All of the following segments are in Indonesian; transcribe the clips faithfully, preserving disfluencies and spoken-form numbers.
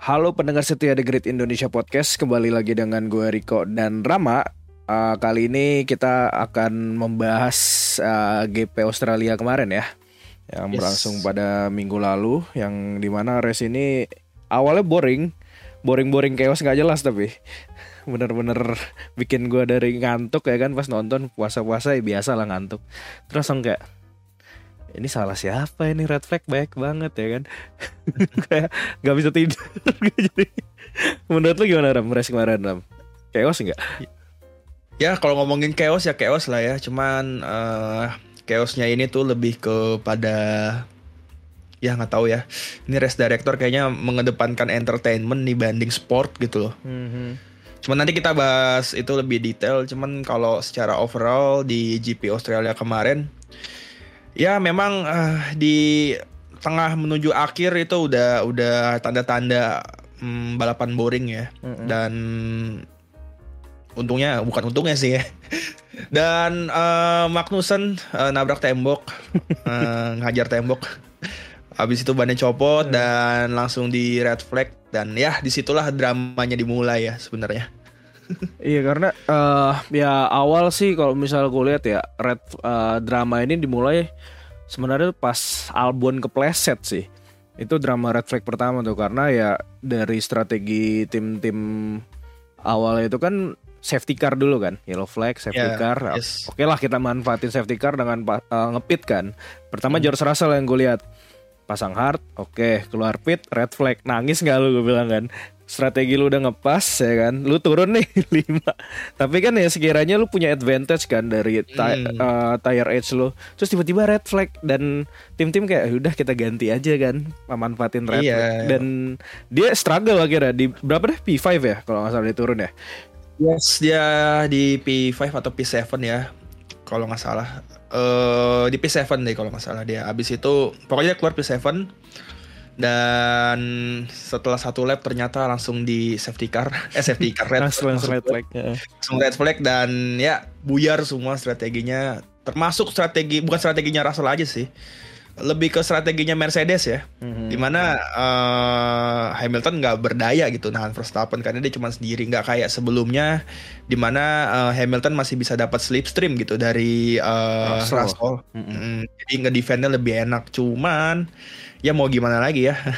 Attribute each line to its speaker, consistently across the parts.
Speaker 1: Halo pendengar setia The Great Indonesia Podcast, kembali lagi dengan gue Riko dan Rama. Uh, kali ini kita akan membahas uh, G P Australia kemarin ya, yang
Speaker 2: Yes.
Speaker 1: berlangsung pada minggu lalu, yang dimana race ini awalnya boring, boring-boring chaos nggak jelas tapi bener-bener bikin gue dari ngantuk ya kan pas nonton puasa-puasa ya biasa lah ngantuk. Terus langsung kayak ini salah siapa ini, red flag banyak banget ya kan. Kayak gak bisa tidur. Jadi menurut lu gimana Ram, race kemarin Ram? Chaos gak?
Speaker 2: Ya kalau ngomongin chaos ya chaos lah ya. Cuman eh, chaosnya ini tuh lebih kepada ya nggak tahu ya. Ini race director kayaknya mengedepankan entertainment dibanding sport gitu loh.
Speaker 1: Mm-hmm.
Speaker 2: Cuman nanti kita bahas itu lebih detail. Cuman kalau secara overall di G P Australia kemarin, ya memang eh, di tengah menuju akhir itu udah udah tanda-tanda hmm, balapan boring ya.
Speaker 1: Mm-hmm.
Speaker 2: Dan untungnya bukan untungnya sih ya. Dan uh, Magnussen uh, nabrak tembok, uh, ngajar tembok. Habis itu bannya copot dan langsung di red flag, dan ya disitulah dramanya dimulai ya sebenarnya.
Speaker 1: Iya karena uh, ya awal sih kalau misal gue lihat ya red uh, drama ini dimulai sebenarnya pas Albon kepleset sih. Itu drama red flag pertama tuh, karena ya dari strategi tim-tim awal itu kan safety car dulu kan, yellow flag, safety
Speaker 2: Yeah,
Speaker 1: car.
Speaker 2: yes.
Speaker 1: Oke lah kita manfaatin safety car dengan uh, ngepit kan. Pertama
Speaker 2: Hmm.
Speaker 1: George Russell yang gue lihat pasang hard, oke keluar pit, red flag, nangis nggak lu, gue bilang kan. Strategi lu udah ngepas ya kan, lu turun nih lima. Tapi kan ya sekiranya lu punya advantage kan dari ti-
Speaker 2: Hmm.
Speaker 1: uh, tire age lu, terus tiba-tiba red flag dan tim-tim kayak udah kita ganti aja kan, memanfaatin red
Speaker 2: Iya.
Speaker 1: flag. Dan dia struggle akhirnya di berapa deh P lima ya kalau nggak salah dia turun ya.
Speaker 2: Yes, dia di P lima atau P tujuh ya, kalau nggak salah. Eh di P tujuh deh kalau nggak salah dia. Abis itu pokoknya keluar P tujuh. Dan setelah satu lap ternyata langsung di safety car, eh safety car red,
Speaker 1: Langsung langsung red flag. Ya.
Speaker 2: langsung red flag, dan ya buyar semua strateginya, termasuk strategi bukan strateginya Russell aja sih, lebih ke strateginya Mercedes ya,
Speaker 1: Mhm.
Speaker 2: dimana eh, Hamilton nggak berdaya gitu nahan Verstappen karena dia cuma sendiri, nggak kayak sebelumnya dimana eh, Hamilton masih bisa dapat slipstream gitu dari eh,
Speaker 1: Russell.
Speaker 2: Russell.
Speaker 1: Mhm.
Speaker 2: Mm, jadi ngedefendnya lebih enak, cuman ya mau gimana lagi ya.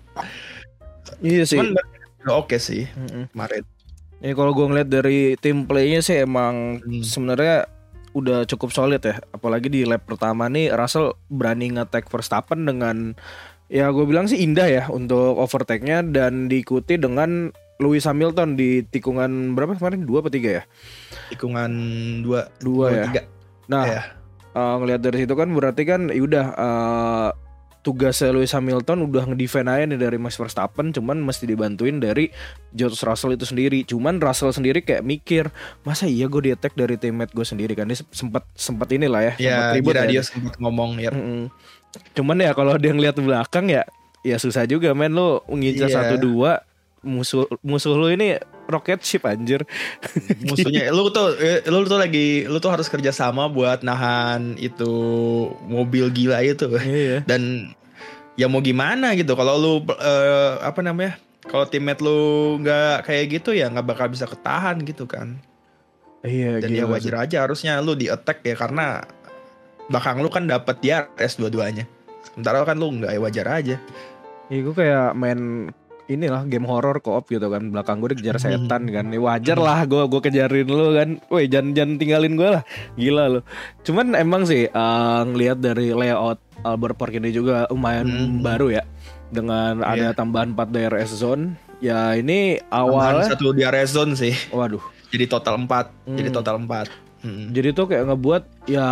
Speaker 1: Iya sih.
Speaker 2: Cuman udah oke sih
Speaker 1: Mhm.
Speaker 2: kemarin.
Speaker 1: Ya kalau gue ngeliat dari tim playnya sih emang
Speaker 2: Hmm.
Speaker 1: sebenarnya udah cukup solid ya. Apalagi di lap pertama nih Russell berani nge-attack Verstappen dengan ya gue bilang sih indah ya untuk overtake-nya, dan diikuti dengan Lewis Hamilton di tikungan berapa kemarin? Dua atau tiga ya?
Speaker 2: Tikungan dua,
Speaker 1: Dua ya.
Speaker 2: tiga.
Speaker 1: Nah,
Speaker 2: Ya.
Speaker 1: uh, ngelihat dari situ kan berarti kan yaudah uh, tugasnya Lewis Hamilton udah ngedefend aja nih dari Max Verstappen, cuman mesti dibantuin dari George Russell itu sendiri. Cuman Russell sendiri kayak mikir, masa iya gue di-attack dari teammate gue sendiri kan. Dia sempat sempat inilah ya,
Speaker 2: Ya
Speaker 1: sempat
Speaker 2: di
Speaker 1: ribut
Speaker 2: radio
Speaker 1: ya.
Speaker 2: sempat ngomong ya.
Speaker 1: Mm-mm. Cuman ya kalau dia ngeliat belakang ya ya susah juga men, lo ngincar
Speaker 2: Iya.
Speaker 1: satu dua, musuh musuh lo ini rocket ship anjir.
Speaker 2: Musuhnya lu tuh eh, lu tuh lagi lu tuh harus kerja sama buat nahan itu mobil gila itu.
Speaker 1: Iya.
Speaker 2: Dan ya mau gimana gitu kalau lu eh, apa namanya? Kalau teammate lu nggak kayak gitu ya nggak bakal bisa ketahan gitu kan.
Speaker 1: Iya
Speaker 2: Dan ya
Speaker 1: gila
Speaker 2: wajar
Speaker 1: sih.
Speaker 2: aja harusnya lu di attack ya, karena belakang lu kan dapat D R S dua-duanya. Sementara kan lu nggak, ya wajar aja.
Speaker 1: Iya gue kayak main inilah game horror co-op gitu kan, belakang gue dikejar setan kan, ya wajar lah gue gue kejarin lu kan, woi jangan jangan tinggalin gue lah, gila lu. Cuman emang sih uh, ngelihat dari layout Albert Park ini juga lumayan
Speaker 2: Hmm.
Speaker 1: baru ya, dengan ada
Speaker 2: Iya.
Speaker 1: tambahan empat D R S zone. Ya ini
Speaker 2: Tambahan
Speaker 1: awalnya,
Speaker 2: satu D R S zone sih.
Speaker 1: waduh.
Speaker 2: Jadi total empat. Jadi
Speaker 1: Hmm.
Speaker 2: total empat. Hmm.
Speaker 1: Jadi tuh kayak ngebuat ya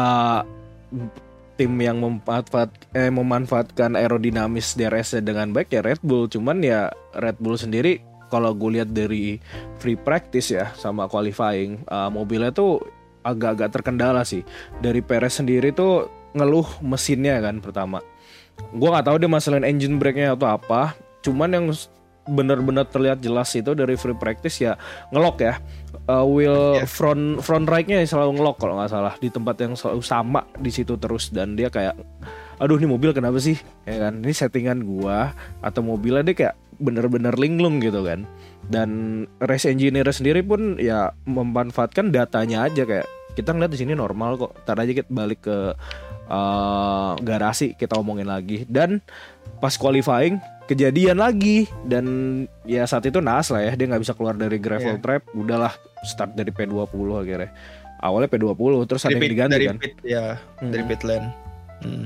Speaker 1: tim yang memanfaat eh, memanfaatkan aerodinamis D R S dengan baik ya Red Bull. Cuman ya Red Bull sendiri kalau gue lihat dari free practice ya sama qualifying, uh, mobilnya tuh agak-agak terkendala sih. Dari Perez sendiri tuh ngeluh mesinnya kan pertama. Gue nggak tahu dia masalahin engine brake-nya atau apa. Cuman yang benar-benar terlihat jelas itu dari free practice ya ngelock ya. Uh, wheel
Speaker 2: Yeah.
Speaker 1: front front right-nya selalu ngelock kalau nggak salah di tempat yang selalu sama di situ terus, dan dia kayak aduh ini mobil kenapa sih ya kan, ini settingan gua atau mobilnya, dia kayak bener-bener linglung gitu kan. Dan race engineer sendiri pun ya memanfaatkan datanya aja, kayak kita ngeliat di sini normal kok, tar aja kita balik ke uh, garasi kita omongin lagi. Dan pas qualifying kejadian lagi, dan ya saat itu naas lah ya, dia nggak bisa keluar dari gravel yeah. trap, udahlah start dari P dua puluh akhirnya. Awalnya P dua puluh terus dari ada yang pit, diganti
Speaker 2: dari
Speaker 1: kan
Speaker 2: pit, ya hmm. dari pit lane. Hmm.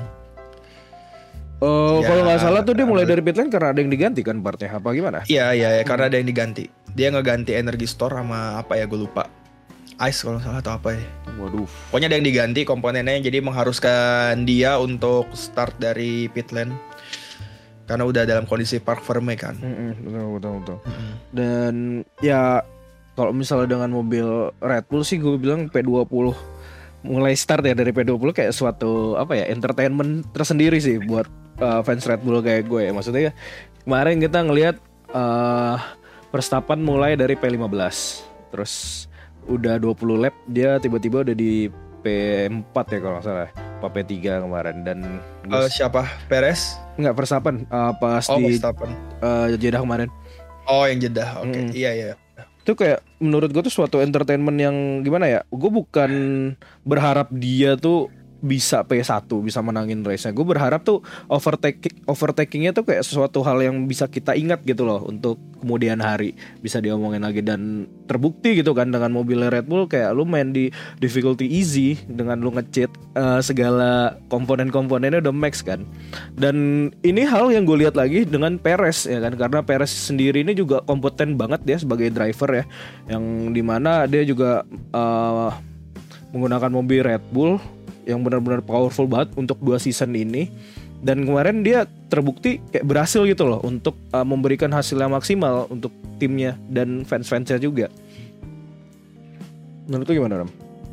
Speaker 1: Uh, ya, kalau nggak salah tuh dia mulai dari pit lane karena ada yang diganti kan partnya, apa gimana?
Speaker 2: Iya iya ya, karena ada yang diganti. Dia ngeganti energy store sama apa ya, gue lupa. Ice kalau salah atau apa ya.
Speaker 1: Waduh.
Speaker 2: Pokoknya ada yang diganti komponennya, jadi mengharuskan dia untuk start dari pit lane. Karena udah dalam kondisi park firm kan.
Speaker 1: Mm-mm, betul betul betul. Mm-hmm. Dan ya kalau misalnya dengan mobil Red Bull sih gue bilang P dua puluh mulai start ya dari P dua puluh kayak suatu apa ya, entertainment tersendiri sih buat uh, fans Red Bull kayak gue ya. Maksudnya kemarin kita ngelihat uh, Verstappen mulai dari P lima belas, terus udah dua puluh lap dia tiba-tiba udah di P empat ya kalau nggak salah, apa P tiga kemarin. Dan
Speaker 2: uh, siapa? Perez?
Speaker 1: Enggak, Verstappen uh, pas
Speaker 2: oh,
Speaker 1: di
Speaker 2: uh,
Speaker 1: Jeddah kemarin.
Speaker 2: Oh yang Jeddah, oke okay. mm. Iya iya.
Speaker 1: Itu kayak menurut gue tuh suatu entertainment yang gimana ya, gue bukan berharap dia tuh bisa P satu, bisa menangin race-nya. Gue berharap tuh overtaking, overtakingnya tuh kayak sesuatu hal yang bisa kita ingat gitu loh untuk kemudian hari, bisa diomongin lagi. Dan terbukti gitu kan dengan mobil Red Bull, kayak lu main di difficulty easy dengan lu nge-cheat uh, segala komponen-komponennya udah max kan. Dan ini hal yang gue lihat lagi dengan Perez ya kan, karena Perez sendiri ini juga kompeten banget dia sebagai driver ya, yang dimana dia juga uh, menggunakan mobil Red Bull yang benar-benar powerful banget untuk dua season ini. Dan kemarin dia terbukti kayak berhasil gitu loh untuk uh, memberikan hasil yang maksimal untuk timnya dan fans-fansnya juga. Menurut lu gimana, Ram?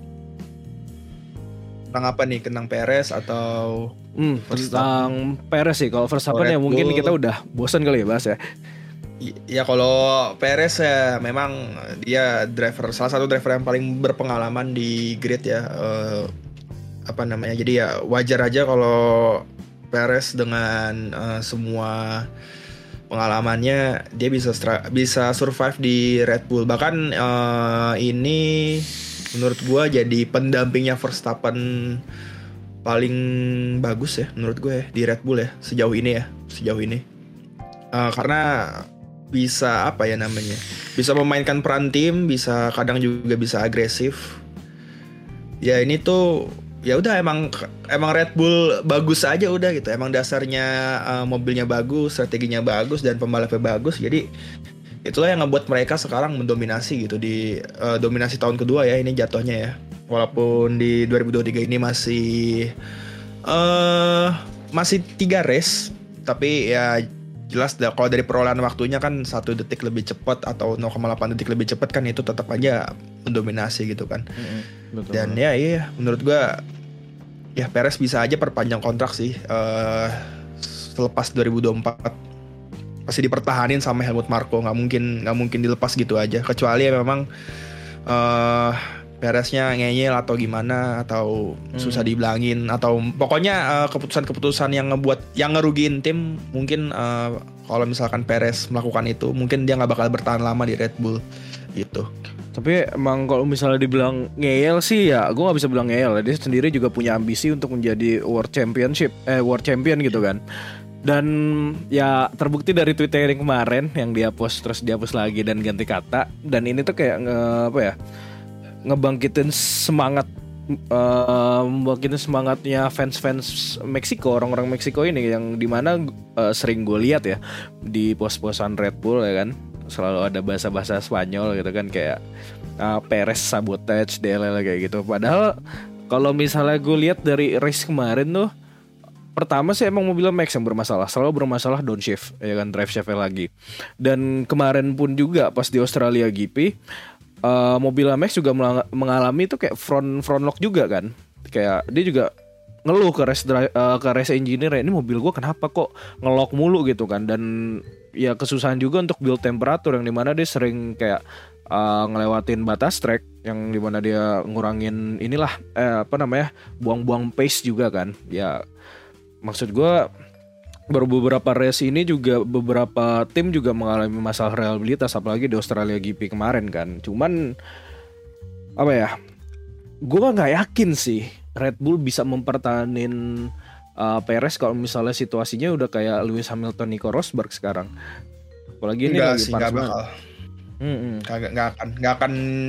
Speaker 2: Tentang apa nih? Tentang Perez atau
Speaker 1: Hmm, tentang Perez sih. Kalau Verstappen ya mungkin kita udah bosan kali ya bahas ya.
Speaker 2: Ya kalau Perez ya memang dia driver, salah satu driver yang paling berpengalaman di grid ya. Uh, apa namanya, jadi ya wajar aja kalau Perez dengan uh, semua pengalamannya dia bisa stra- bisa survive di Red Bull. Bahkan uh, ini menurut gua jadi pendampingnya Verstappen paling bagus ya menurut gue ya, di Red Bull ya sejauh ini ya sejauh ini uh, karena bisa apa ya namanya, bisa memainkan peran tim, bisa kadang juga bisa agresif ya. Ini tuh ya udah emang emang Red Bull bagus aja udah gitu. Emang dasarnya uh, mobilnya bagus, strateginya bagus, dan pembalapnya bagus. Jadi itulah yang ngebuat mereka sekarang mendominasi gitu di uh, dominasi tahun kedua ya ini jatuhnya ya. Walaupun di dua ribu dua puluh tiga ini masih uh, masih tiga race, tapi ya jelas kalau dari perolehan waktunya kan satu detik lebih cepat atau nol koma delapan detik lebih cepat kan, itu tetap aja mendominasi gitu kan. Mm-hmm. Betul. Dan ya iya menurut gua ya Perez bisa aja perpanjang kontrak sih uh, selepas dua ribu dua puluh empat. Pasti dipertahanin sama Helmut Marko, nggak mungkin nggak mungkin dilepas gitu aja, kecuali ya memang uh, Pereznya ngeyel atau gimana, atau hmm. susah dibilangin, atau pokoknya uh, keputusan-keputusan yang ngebuat yang ngerugiin tim. Mungkin uh, kalau misalkan Perez melakukan itu, mungkin dia nggak bakal bertahan lama di Red Bull gitu.
Speaker 1: Tapi emang kalau misalnya dibilang ngeyel sih ya, gue nggak bisa bilang ngeyel. Dia sendiri juga punya ambisi untuk menjadi World Championship, eh World Champion gitu kan. Dan ya terbukti dari Twitter yang kemarin yang dia post terus dia hapus lagi dan ganti kata. Dan ini tuh kayak nge, apa ya, ngebangkitin semangat, uh, membangkitin semangatnya fans-fans Meksiko, orang-orang Meksiko ini yang dimana uh, sering gue lihat ya di post-postan Red Bull ya kan, selalu ada bahasa-bahasa Spanyol gitu kan, kayak uh, Perez sabotage, D L L kayak gitu. Padahal kalau misalnya gue lihat dari race kemarin tuh, pertama sih emang mobilnya Max yang bermasalah, selalu bermasalah downshift ya kan, drive shaft lagi. Dan kemarin pun juga pas di Australia G P, Uh, mobil Max juga mengalami itu kayak front front lock juga kan, kayak dia juga ngeluh ke race drive, uh, ke race engineer, ini mobil gue kenapa kok ngelock mulu gitu kan. Dan ya kesusahan juga untuk build temperatur, yang dimana dia sering kayak uh, ngelewatin batas track, yang dimana dia ngurangin inilah eh, apa namanya buang-buang pace juga kan. Ya maksud gue baru beberapa race ini juga beberapa tim juga mengalami masalah reliabilitas, apalagi di Australia G P kemarin kan. Cuman apa ya, gue nggak yakin sih Red Bull bisa mempertahanin uh, Perez kalau misalnya situasinya udah kayak Lewis Hamilton, Nico Rosberg sekarang. Apalagi ini
Speaker 2: Enggak
Speaker 1: lagi
Speaker 2: sih,
Speaker 1: panas
Speaker 2: nggak
Speaker 1: banget.
Speaker 2: bakal.
Speaker 1: Mm-mm.
Speaker 2: Nggak nggak akan nggak akan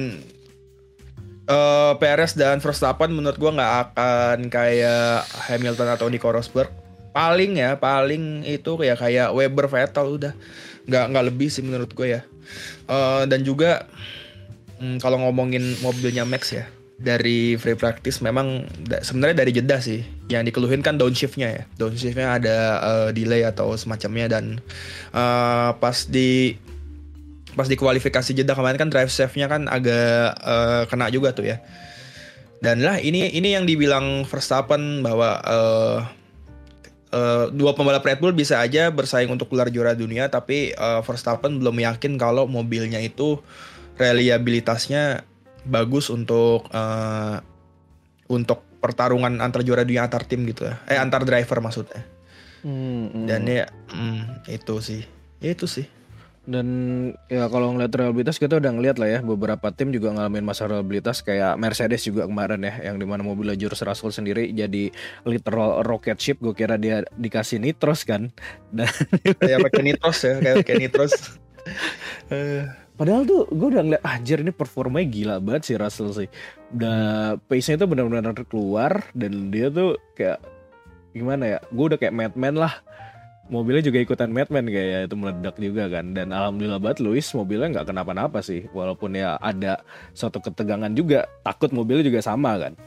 Speaker 2: eh Perez dan Verstappen menurut gua nggak akan kayak Hamilton atau Nico Rosberg. Paling ya, paling itu kayak kayak Weber, Vettel udah. Nggak nggak lebih sih menurut gue ya. Eh, dan juga hmm, kalau ngomongin mobilnya Max ya, dari free practice memang da- sebenarnya dari jeda sih. Yang dikeluhin kan downshiftnya ya. Downshiftnya ada eh, delay atau semacamnya, dan eh, pas di pas di kualifikasi jeda kemarin kan drive shaft-nya kan agak eh, kena juga tuh ya. Dan lah ini ini yang dibilang Verstappen bahwa eh, eh, dua pembalap Red Bull bisa aja bersaing untuk gelar juara dunia, tapi eh, Verstappen belum yakin kalau mobilnya itu reliabilitasnya bagus untuk eh, untuk pertarungan antar juara dunia antar tim gitu ya. Eh antar driver maksudnya.
Speaker 1: Mm-mm.
Speaker 2: Dan ya mm, itu sih. Itu sih.
Speaker 1: Dan ya kalau ngeliat reliabilitas kita udah ngeliat lah ya, beberapa tim juga ngalamin masalah reliabilitas kayak Mercedes juga kemarin ya, yang dimana mobilnya George Russell sendiri jadi literal rocket ship. Gue kira dia dikasih nitros kan, dan
Speaker 2: Kayak pakai nitros ya, kayak pakai nitros. Eh,
Speaker 1: padahal tuh gue udah ngeliat anjir ini performanya gila banget sih Russell sih. Udah pace-nya tuh benar-benar keluar, dan dia tuh kayak gimana ya, gue udah kayak Madman lah. Mobilnya juga ikutan Madman kayak itu meledak juga kan. Dan alhamdulillah banget Lewis mobilnya nggak kenapa-napa sih, walaupun ya ada suatu ketegangan juga, takut mobilnya juga sama kan.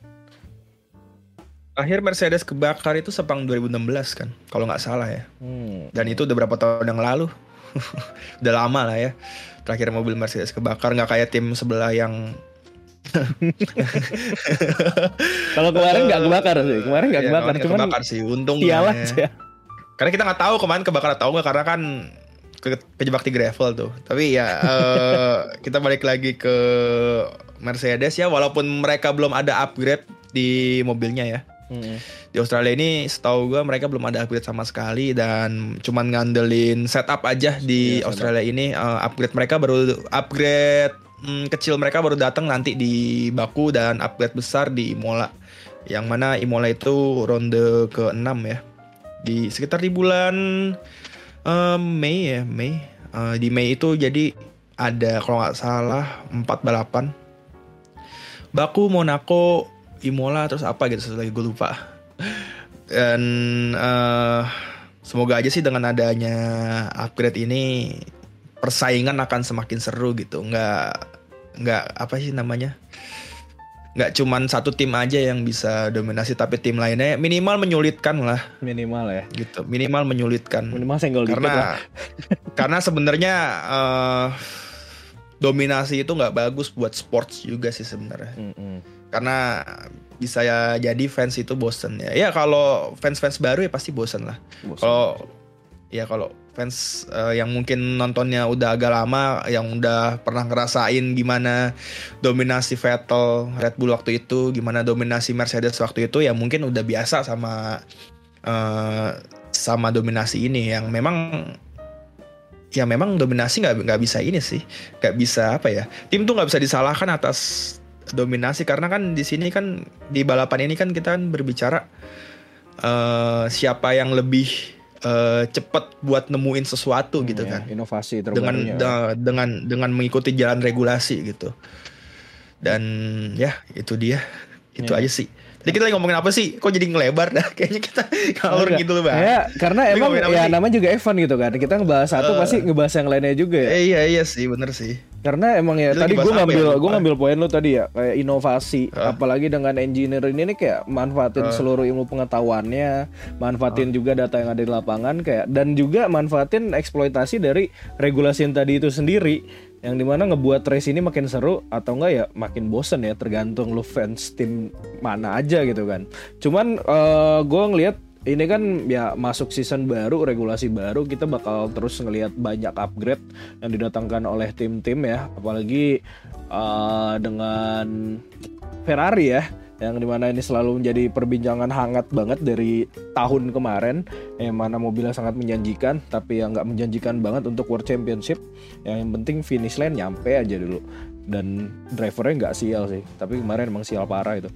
Speaker 2: akhir Mercedes kebakar itu Sepang dua ribu enam belas kan, kalau nggak salah ya.
Speaker 1: Hmm.
Speaker 2: Dan itu udah berapa tahun yang lalu. Udah lama lah ya. Terakhir mobil Mercedes kebakar, nggak kayak tim sebelah yang
Speaker 1: Kalau kemarin nggak kebakar sih, kemarin nggak
Speaker 2: ya,
Speaker 1: kebakar,
Speaker 2: kemarin nggak
Speaker 1: cuman
Speaker 2: kebakar sih, untung
Speaker 1: sial
Speaker 2: ya.
Speaker 1: aja.
Speaker 2: Karena kita nggak tahu kemarin kebakar atau enggak, karena kan ke- kejebak di gravel tuh. Tapi ya eh, kita balik lagi ke Mercedes ya, walaupun mereka belum ada upgrade di mobilnya ya.
Speaker 1: Hmm.
Speaker 2: Di Australia ini setahu gue mereka belum ada upgrade sama sekali, dan cuman ngandelin setup aja di
Speaker 1: Iya, setup.
Speaker 2: Australia ini. Eh, upgrade mereka baru upgrade hmm, kecil mereka baru datang nanti di Baku, dan upgrade besar di Imola. Yang mana Imola itu ronde keenam ya. Di sekitar di bulan eh, Mei ya, Mei. Eh, di Mei itu jadi ada kalau nggak salah empat balapan. Baku, Monaco, Imola, terus apa gitu satu lagi gue lupa. Dan eh, semoga aja sih dengan adanya upgrade ini persaingan akan semakin seru gitu. Nggak nggak apa sih namanya? Nggak cuman satu tim aja yang bisa dominasi, tapi tim lainnya minimal menyulitkan lah
Speaker 1: Minimal ya,
Speaker 2: gitu. Minimal menyulitkan.
Speaker 1: minimal senggol dikit lah.
Speaker 2: Karena karena sebenarnya eh, dominasi itu nggak bagus buat sports juga sih sebenarnya.
Speaker 1: Mm-mm.
Speaker 2: Karena bisa ya jadi fans itu bosen ya. Ya kalau fans-fans baru ya pasti bosen lah.
Speaker 1: Bosan.
Speaker 2: Kalau ya kalau fans eh, yang mungkin nontonnya udah agak lama, yang udah pernah ngerasain gimana dominasi Vettel Red Bull waktu itu, gimana dominasi Mercedes waktu itu, ya mungkin udah biasa sama eh, sama dominasi ini yang memang ya memang dominasi nggak nggak bisa ini sih, nggak bisa apa ya, tim tuh nggak bisa disalahkan atas dominasi, karena kan di sini kan di balapan ini kan kita kan berbicara eh, siapa yang lebih eh, cepat buat nemuin sesuatu
Speaker 1: Hmm,
Speaker 2: gitu
Speaker 1: ya,
Speaker 2: kan,
Speaker 1: inovasi
Speaker 2: dengan
Speaker 1: terbarunya.
Speaker 2: da- dengan dengan mengikuti jalan regulasi gitu. Dan ya itu dia, itu
Speaker 1: Ya.
Speaker 2: aja sih. Jadi kita lagi ngomongin apa sih? Kok jadi ngelebar dah? Kayaknya kita ngalur
Speaker 1: Enggak.
Speaker 2: gitu loh bang.
Speaker 1: Ya, karena
Speaker 2: Ini
Speaker 1: emang
Speaker 2: ngomongin apa
Speaker 1: ya
Speaker 2: sih?
Speaker 1: namanya juga Evan gitu kan. Kita ngebahas satu
Speaker 2: Eh.
Speaker 1: pasti ngebahas yang lainnya juga ya.
Speaker 2: Eh, iya iya sih, bener sih.
Speaker 1: Karena emang ya
Speaker 2: Lu
Speaker 1: tadi
Speaker 2: lagi
Speaker 1: gue
Speaker 2: bahas apa
Speaker 1: ngambil
Speaker 2: ya?
Speaker 1: gue
Speaker 2: Lupa.
Speaker 1: ngambil poin lu tadi ya, kayak inovasi,
Speaker 2: Hah?
Speaker 1: apalagi dengan engineer ini nih kayak manfaatin
Speaker 2: Hah?
Speaker 1: seluruh ilmu pengetahuannya, manfaatin juga data yang ada di lapangan kayak, dan juga manfaatin eksploitasi dari regulasi yang tadi itu sendiri, yang dimana ngebuat race ini makin seru atau enggak ya makin bosen ya, tergantung lu fans tim mana aja gitu kan. Cuman eh, gue ngelihat ini kan ya masuk season baru, regulasi baru, kita bakal terus ngelihat banyak upgrade yang didatangkan oleh tim-tim ya, apalagi uh, dengan Ferrari ya, yang dimana ini selalu menjadi perbincangan hangat banget dari tahun kemarin, yang mana mobilnya sangat menjanjikan tapi yang nggak menjanjikan banget untuk World Championship. Yang penting finish line nyampe aja dulu, dan drivernya nggak sial sih, tapi kemarin emang sial parah itu.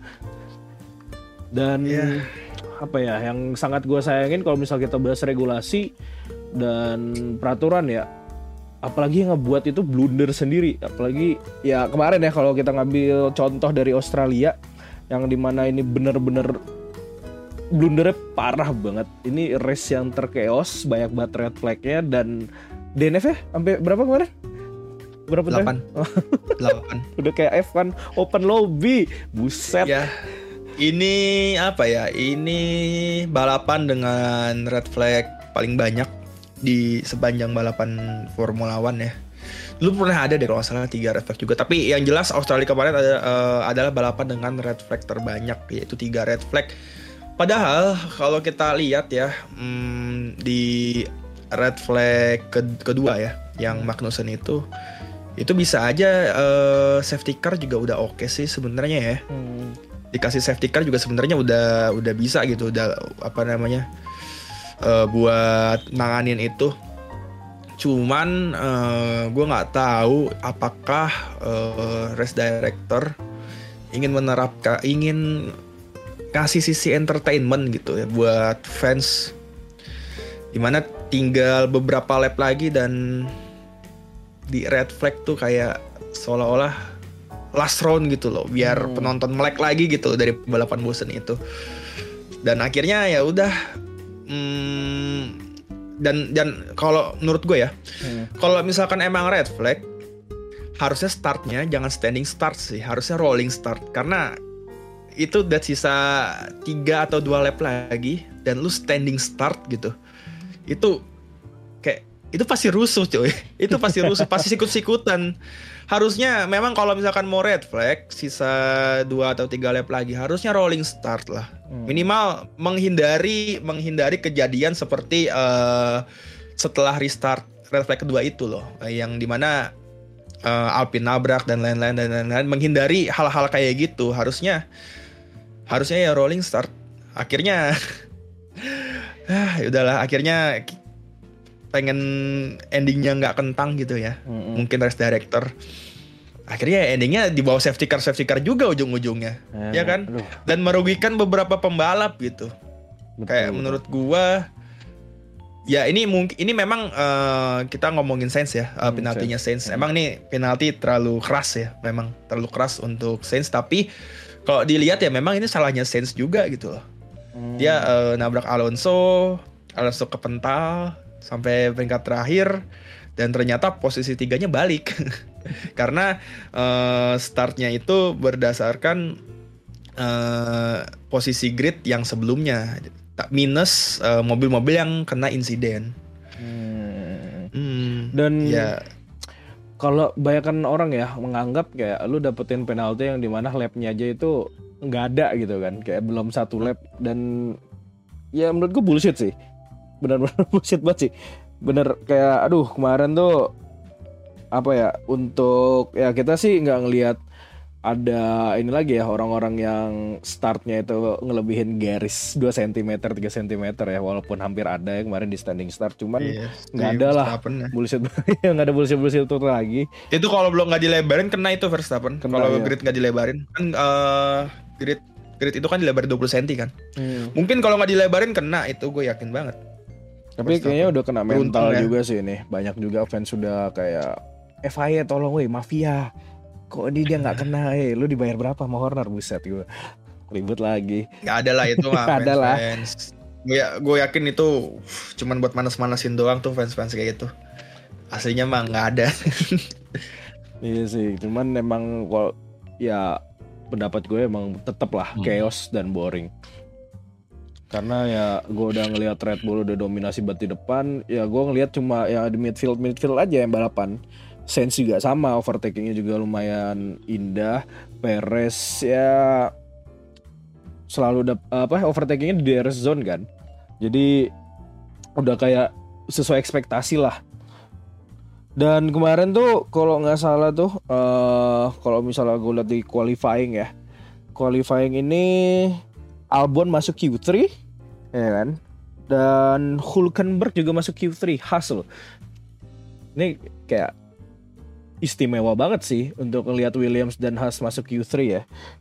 Speaker 1: Dan yeah. apa ya yang sangat gue sayangin kalau misal kita bahas regulasi dan peraturan ya, apalagi yang ngebuat itu blunder sendiri. Apalagi ya kemarin ya kalau kita ngambil contoh dari Australia, yang dimana ini bener-bener blundernya parah banget. Ini race yang terkeos, banyak banget red flagnya, dan D N F ya sampai berapa kemarin? Berapa?
Speaker 2: delapan. delapan.
Speaker 1: Udah kayak F satu open lobby. Buset.
Speaker 2: Ya. Ini apa ya? Ini balapan dengan red flag paling banyak di sepanjang balapan Formula One ya. Lu pernah ada deh kalau nggak salah tiga red flag juga. Tapi yang jelas Australia kemarin ada, uh, adalah balapan dengan red flag terbanyak, yaitu tiga red flag. Padahal kalau kita lihat ya, hmm, di red flag ke- kedua ya, yang Magnussen itu, itu bisa aja uh, safety car juga udah oke okay sih sebenarnya ya. Hmm. Dikasih safety car juga sebenarnya udah udah bisa gitu, udah apa namanya uh, buat nanganin itu. Cuman uh, gue nggak tahu apakah uh, race director ingin menerapkan, ingin kasih sisi entertainment gitu ya buat fans, dimana tinggal beberapa lap lagi dan di red flag tuh kayak seolah-olah last round gitu loh, biar hmm. penonton melek lagi gitu dari balapan bosen itu. Dan akhirnya ya udah. Hmm, dan dan kalau menurut gue ya, hmm. kalau misalkan emang red flag, harusnya startnya jangan standing start sih, harusnya rolling start, karena itu udah sisa tiga atau dua lap lagi dan lu standing start gitu, itu kayak itu pasti rusuh coy, itu pasti rusuh, pasti sikut-sikutan. Harusnya memang kalau misalkan mau red flag sisa dua atau tiga lap lagi, harusnya rolling start lah. Hmm. Minimal menghindari menghindari kejadian seperti uh, setelah restart red flag kedua itu loh, yang dimana uh, Alpine nabrak dan lain-lain dan lain-lain. Menghindari hal-hal kayak gitu harusnya harusnya ya rolling start. Akhirnya ah udahlah, akhirnya pengen endingnya nggak kentang gitu ya. Mm-hmm. Mungkin race director akhirnya endingnya di bawah safety car safety car juga ujung-ujungnya, eh, ya kan? Aduh. Dan merugikan beberapa pembalap gitu. Betul, kayak betul. Menurut gua ya ini mungkin ini memang uh, kita ngomongin Sainz ya, uh, hmm, penaltinya Sainz. Hmm. Emang nih penalti terlalu keras ya, memang terlalu keras untuk Sainz. Tapi kalau dilihat ya memang ini salahnya Sainz juga gitu loh. Hmm. Dia uh, nabrak Alonso, Alonso kepental sampai peringkat terakhir, dan ternyata posisi tiganya balik karena uh, startnya itu berdasarkan uh, posisi grid yang sebelumnya, minus uh, mobil-mobil yang kena insiden.
Speaker 1: Hmm.
Speaker 2: Hmm,
Speaker 1: dan
Speaker 2: ya
Speaker 1: kalau banyakan orang ya menganggap kayak lu dapetin penalti yang dimana lapnya aja itu nggak ada gitu kan, kayak belum satu lap, dan ya menurut gue bullshit sih. Benar-benar bullshit banget sih. Bener kayak aduh kemarin tuh apa ya, untuk ya kita sih nggak ngelihat ada ini lagi ya, orang-orang yang startnya itu ngelebihin garis dua sentimeter tiga sentimeter ya, walaupun hampir ada ya kemarin di standing start, cuman nggak iya, ada lah bullshit ya, nggak ada bullshit bullshit itu lagi.
Speaker 2: Itu kalau belum nggak dilebarin kena itu Verstappen. Kalau ya. Grid nggak dilebarin kan uh, grid grid itu kan dilebarin dua puluh sentimeter kan. Hmm. Mungkin kalau nggak dilebarin kena itu, gue yakin banget.
Speaker 1: Tapi kayaknya udah kena mental ya. Juga sih nih. Banyak juga fans sudah kayak F I A tolong weh, mafia. Kok ini dia gak kena, eh lu dibayar berapa sama Horner, buset gue. Ribut lagi.
Speaker 2: Gak ada lah itu mah fans-fans. Gue ya, gue yakin itu cuman buat manas-manasin doang tuh fans-fans kayak gitu. Aslinya mah gak ada.
Speaker 1: Iya sih, cuman emang kalau ya pendapat gue emang tetep lah hmm. chaos dan boring. Karena ya gue udah ngelihat Red Bull udah dominasi banget di depan, ya gue ngelihat cuma ya di midfield midfield aja yang balapan. Sainz juga sama, overtakingnya juga lumayan indah. Perez ya selalu dap- apa overtakingnya di D R S zone kan, jadi udah kayak sesuai ekspektasi lah. Dan kemarin tuh kalau nggak salah tuh uh, kalau misalnya gue lihat di qualifying ya, qualifying ini Albon masuk Q tiga, ya kan? Dan Hülkenberg juga masuk Q tiga, Haas loh. Ini kayak istimewa banget sih untuk ngelihat Williams dan Haas masuk Q tiga ya.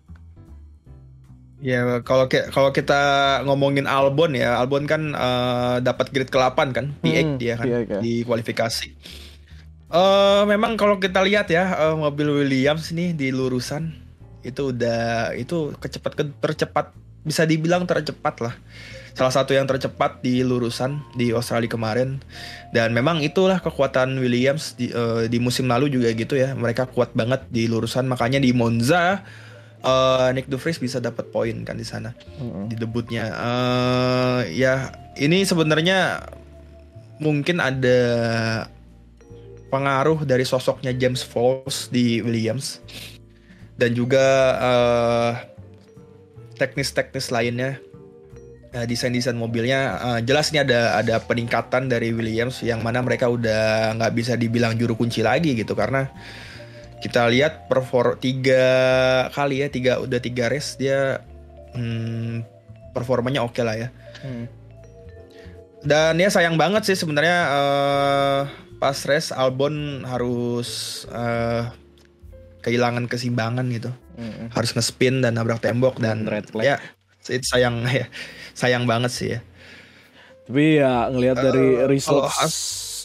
Speaker 2: Ya kalau ke, kalau kita ngomongin Albon ya, Albon kan uh, dapat grid ke delapan kan, P delapan hmm, dia kan P delapan, ya. Di kualifikasi. Uh, memang kalau kita lihat ya uh, mobil Williams nih di lurusan itu udah itu kecepat tercepat, bisa dibilang tercepat lah. Salah satu yang tercepat di lurusan di Australia kemarin. Dan memang itulah kekuatan Williams di, uh, di musim lalu juga gitu ya. Mereka kuat banget di lurusan, makanya di Monza uh, Nick De Vries bisa dapat poin kan di sana mm-hmm. di debutnya. Uh, ya ini sebenarnya mungkin ada pengaruh dari sosoknya James Vowles di Williams dan juga uh, teknis-teknis lainnya, uh, desain-desain mobilnya. Uh, jelas ini ada ada peningkatan dari Williams yang mana mereka udah nggak bisa dibilang juru kunci lagi gitu, karena kita lihat perform tiga kali ya tiga udah tiga race dia hmm, performanya oke okay lah ya. Hmm. Dan ya sayang banget sih sebenarnya uh, pas race Albon harus uh, kehilangan keseimbangan gitu, mm-hmm. harus nge-spin dan nabrak tembok dan red flag. Ya itu sayang ya, sayang banget sih ya.
Speaker 1: Tapi ya ngelihat uh, dari results,
Speaker 2: Haas,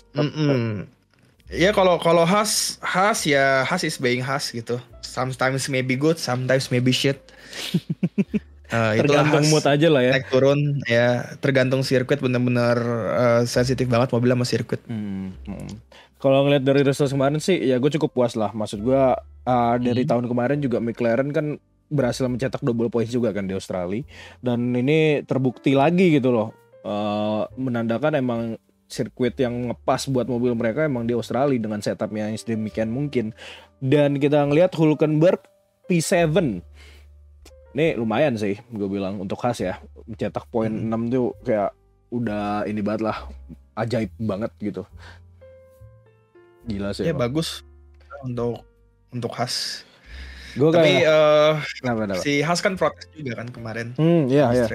Speaker 2: ya kalau kalau Haas Haas ya Haas is being Haas gitu. Sometimes maybe good, sometimes maybe shit. Uh,
Speaker 1: tergantung mood aja lah ya.
Speaker 2: Naik turun ya, tergantung sirkuit, benar-benar uh, sensitif banget mobilnya sama sirkuit. Hmm.
Speaker 1: Hmm. Kalau ngeliat dari results kemarin sih, ya gue cukup puas lah. Maksud gue uh, dari hmm. tahun kemarin juga McLaren kan berhasil mencetak double points juga kan di Australia. Dan ini terbukti lagi gitu loh, uh, menandakan emang sirkuit yang ngepas buat mobil mereka emang di Australia dengan setupnya yang sedemikian mungkin. Dan kita ngeliat Hülkenberg P tujuh. Ini lumayan sih gue bilang untuk Haas ya, mencetak poin hmm. enam tuh kayak udah ini banget lah, ajaib banget gitu. Gila sih.
Speaker 2: Ya emang bagus untuk untuk Haas.
Speaker 1: Gua
Speaker 2: Tapi
Speaker 1: kayak,
Speaker 2: uh,
Speaker 1: kenapa, kenapa?
Speaker 2: si Haas kan protes juga kan kemarin.
Speaker 1: Hmm, iya, iya.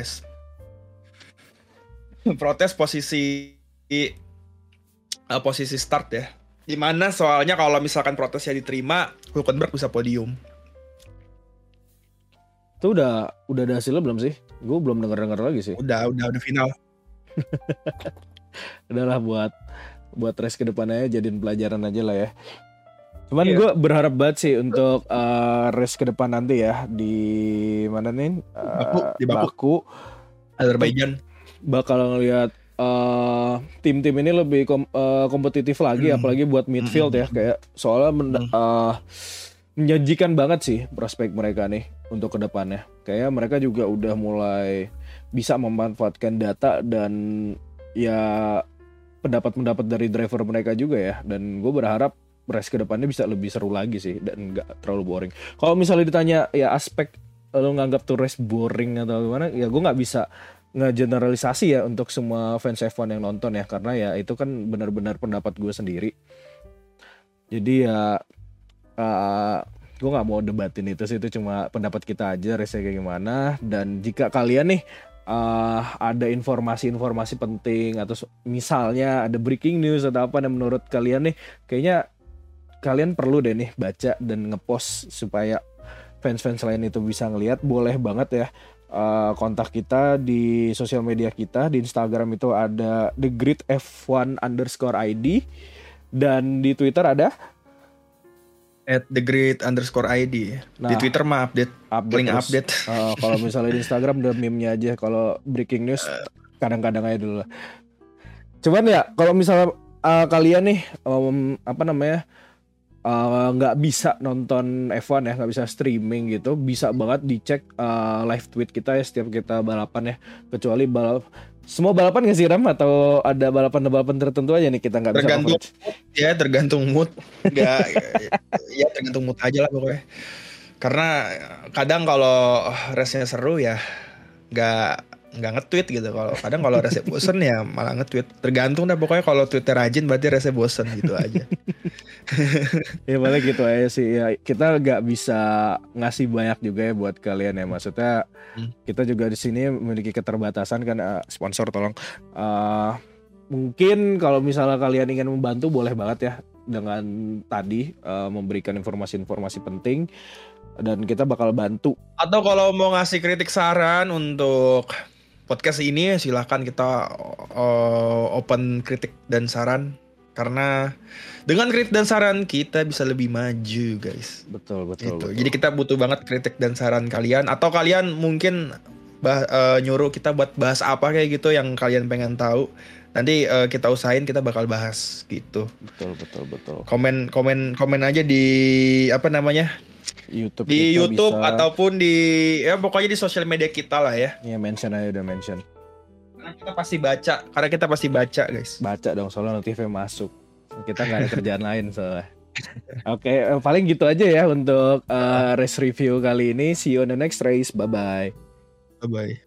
Speaker 2: Protes posisi uh, posisi start ya. Dimana soalnya kalau misalkan protesnya diterima, Hülkenberg bisa podium.
Speaker 1: Itu udah udah ada hasilnya belum sih? Gue belum dengar-dengar lagi sih.
Speaker 2: Udah, udah, udah final.
Speaker 1: Udahlah buat buat race ke depannya jadiin pelajaran aja lah ya. Cuman iya. gue berharap banget sih untuk uh, race ke depan nanti ya di mana nih? Uh,
Speaker 2: Baku, di Baku.
Speaker 1: Baku.
Speaker 2: Azerbaijan.
Speaker 1: Bakal ngelihat uh, tim-tim ini lebih kom- uh, kompetitif lagi, hmm. apalagi buat midfield hmm. ya, kayak soalnya men- hmm. uh, menjanjikan banget sih prospek mereka nih untuk kedepannya. Kayaknya mereka juga udah mulai bisa memanfaatkan data dan ya pendapat-pendapat dari driver mereka juga ya. Dan gue berharap race kedepannya bisa lebih seru lagi sih dan nggak terlalu boring. Kalau misalnya ditanya ya aspek lo nganggap tuh race boring atau gimana, ya gue nggak bisa ngegeneralisasi ya untuk semua fans F satu yang nonton ya, karena ya itu kan benar-benar pendapat gue sendiri. Jadi ya Uh, gue nggak mau debatin itu sih, itu cuma pendapat kita aja race kayak gimana. Dan jika kalian nih uh, ada informasi-informasi penting atau misalnya ada breaking news atau apa yang menurut kalian nih kayaknya kalian perlu deh nih baca dan ngepost supaya fans-fans lain itu bisa ngelihat, boleh banget ya. Uh, kontak kita di sosial media kita, di Instagram itu ada The Grid F one underscore I D dan di Twitter ada
Speaker 2: at the grid underscore id. Nah, di Twitter mah update,
Speaker 1: update
Speaker 2: link terus. Update.
Speaker 1: Uh, kalau misalnya di Instagram udah meme-nya aja. Kalau breaking news kadang-kadang aja dulu lah. Cuman ya kalau misalnya uh, kalian nih um, apa namanya nggak uh, bisa nonton F one ya, nggak bisa streaming gitu, bisa banget dicek uh, live tweet kita ya setiap kita balapan ya. Kecuali balap semua balapan nggak sih Ram, atau ada balapan-balapan tertentu aja nih kita nggak bisa
Speaker 2: tergantung mood, ya tergantung mood nggak ya tergantung mood aja lah pokoknya, karena kadang kalau race-nya seru ya nggak nggak nge-tweet gitu. Kalau kadang kalau rese bosen ya malah nge-tweet. Tergantung dah pokoknya, kalau Twitter rajin berarti rese bosen gitu aja.
Speaker 1: Ya paling gitu aja sih ya, kita nggak bisa ngasih banyak juga ya buat kalian ya, maksudnya
Speaker 2: Hmm.
Speaker 1: kita juga di sini memiliki keterbatasan kan, uh, sponsor tolong uh, mungkin kalau misalnya kalian ingin membantu boleh banget ya dengan tadi uh, memberikan informasi-informasi penting dan kita bakal bantu.
Speaker 2: Atau kalau mau ngasih kritik saran untuk podcast ini silahkan, kita uh, open kritik dan saran. Karena dengan kritik dan saran kita bisa lebih maju guys.
Speaker 1: Betul betul,
Speaker 2: gitu.
Speaker 1: betul.
Speaker 2: Jadi kita butuh banget kritik dan saran kalian. Atau kalian mungkin bah, uh, nyuruh kita buat bahas apa kayak gitu yang kalian pengen tahu. Nanti uh, kita usahain kita bakal bahas gitu.
Speaker 1: Betul betul betul.
Speaker 2: Komen komen komen aja di apa namanya?
Speaker 1: YouTube
Speaker 2: Di
Speaker 1: kita
Speaker 2: YouTube
Speaker 1: bisa,
Speaker 2: ataupun di ya pokoknya di sosial media kita lah ya.
Speaker 1: ya mention aja, udah mention.
Speaker 2: Karena kita pasti baca, karena kita pasti baca guys.
Speaker 1: Baca dong soalnya notifnya masuk. Kita nggak ada kerjaan lain soalnya. Oke, eh, paling gitu aja ya untuk uh, race review kali ini. See you on the next race. Bye bye.
Speaker 2: Bye bye.